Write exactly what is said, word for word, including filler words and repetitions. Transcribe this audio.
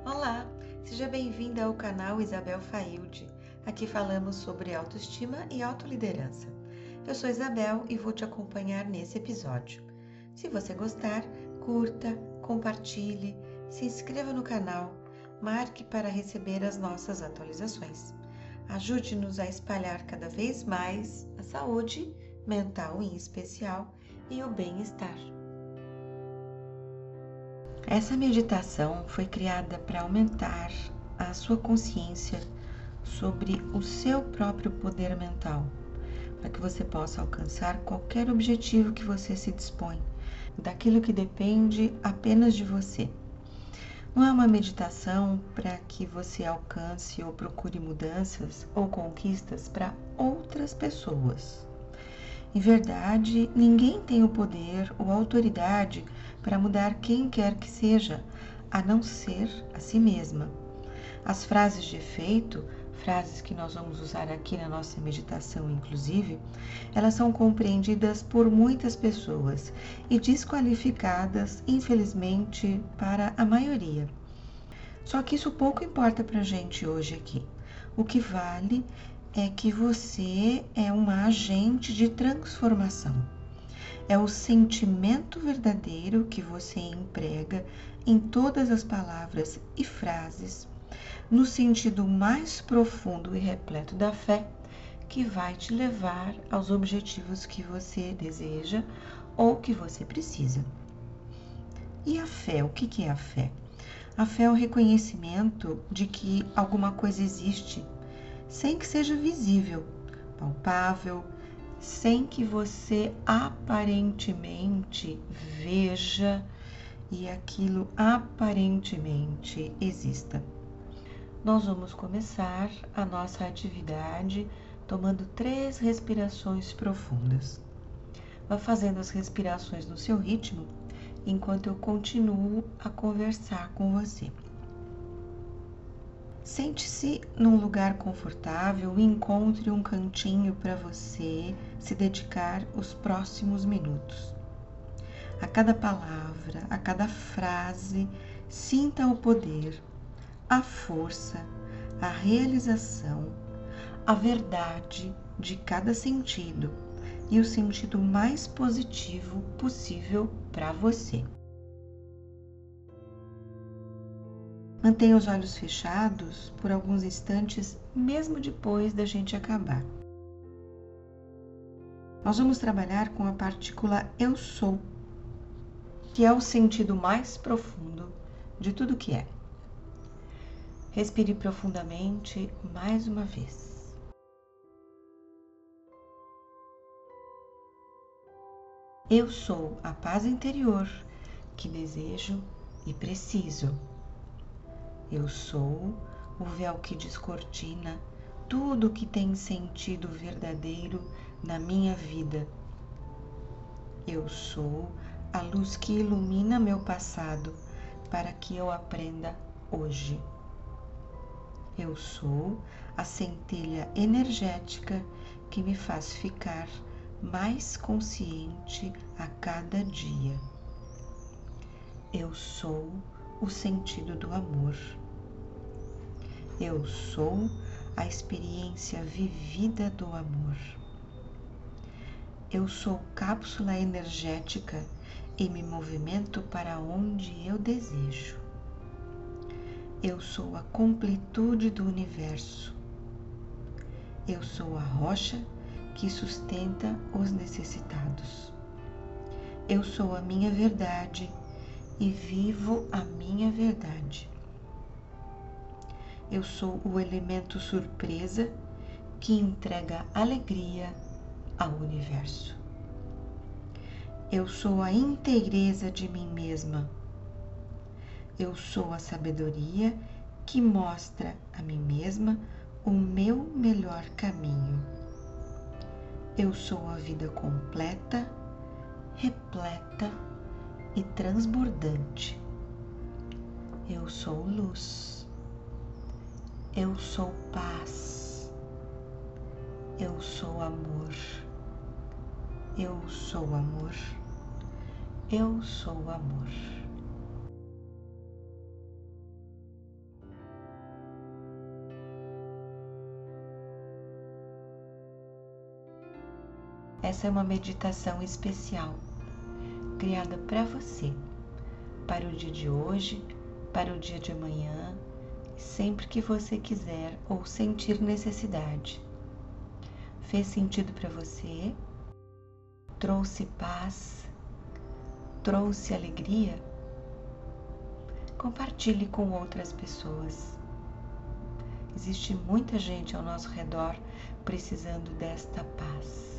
Olá, seja bem-vinda ao canal Isabel Failde. Aqui falamos sobre autoestima e autoliderança. Eu sou Isabel e vou te acompanhar nesse episódio. Se você gostar, curta, compartilhe, se inscreva no canal, marque para receber as nossas atualizações. Ajude-nos a espalhar cada vez mais a saúde mental em especial e o bem-estar. Essa meditação foi criada para aumentar a sua consciência sobre o seu próprio poder mental, para que você possa alcançar qualquer objetivo que você se dispõe, daquilo que depende apenas de você. Não é uma meditação para que você alcance ou procure mudanças ou conquistas para outras pessoas. Em verdade, ninguém tem o poder ou autoridade para mudar quem quer que seja, a não ser a si mesma. As frases de efeito, frases que nós vamos usar aqui na nossa meditação, inclusive, elas são compreendidas por muitas pessoas e desqualificadas, infelizmente, para a maioria. Só que isso pouco importa para a gente hoje aqui. O que vale é que você é uma agente de transformação. É o sentimento verdadeiro que você emprega em todas as palavras e frases, no sentido mais profundo e repleto da fé, que vai te levar aos objetivos que você deseja ou que você precisa. E a fé, o que é a fé? A fé é o reconhecimento de que alguma coisa existe, sem que seja visível, palpável, sem que você aparentemente veja e aquilo aparentemente exista. Nós vamos começar a nossa atividade tomando três respirações profundas. Vá fazendo as respirações no seu ritmo, enquanto eu continuo a conversar com você. Sente-se num lugar confortável e encontre um cantinho para você se dedicar os próximos minutos. A cada palavra, a cada frase, sinta o poder, a força, a realização, a verdade de cada sentido e o sentido mais positivo possível para você. Mantenha os olhos fechados por alguns instantes, mesmo depois da gente acabar. Nós vamos trabalhar com a partícula eu sou, que é o sentido mais profundo de tudo que é. Respire profundamente mais uma vez. Eu sou a paz interior que desejo e preciso. Eu sou o véu que descortina tudo que tem sentido verdadeiro na minha vida. Eu sou a luz que ilumina meu passado para que eu aprenda hoje. Eu sou a centelha energética que me faz ficar mais consciente a cada dia. Eu sou o sentido do amor. Eu sou a experiência vivida do amor. Eu sou cápsula energética e me movimento para onde eu desejo. Eu sou a completude do universo. Eu sou a rocha que sustenta os necessitados. Eu sou a minha verdade e vivo a minha verdade. Eu sou o elemento surpresa que entrega alegria ao universo. Eu sou a inteireza de mim mesma. Eu sou a sabedoria que mostra a mim mesma o meu melhor caminho. Eu sou a vida completa, repleta e transbordante. Eu sou luz. Eu sou paz. Eu sou amor. Eu sou amor. Eu sou amor. Essa é uma meditação especial, criada para você, para o dia de hoje, para o dia de amanhã, sempre que você quiser ou sentir necessidade. Fez sentido para você? Trouxe paz? Trouxe alegria? Compartilhe com outras pessoas. Existe muita gente ao nosso redor precisando desta paz.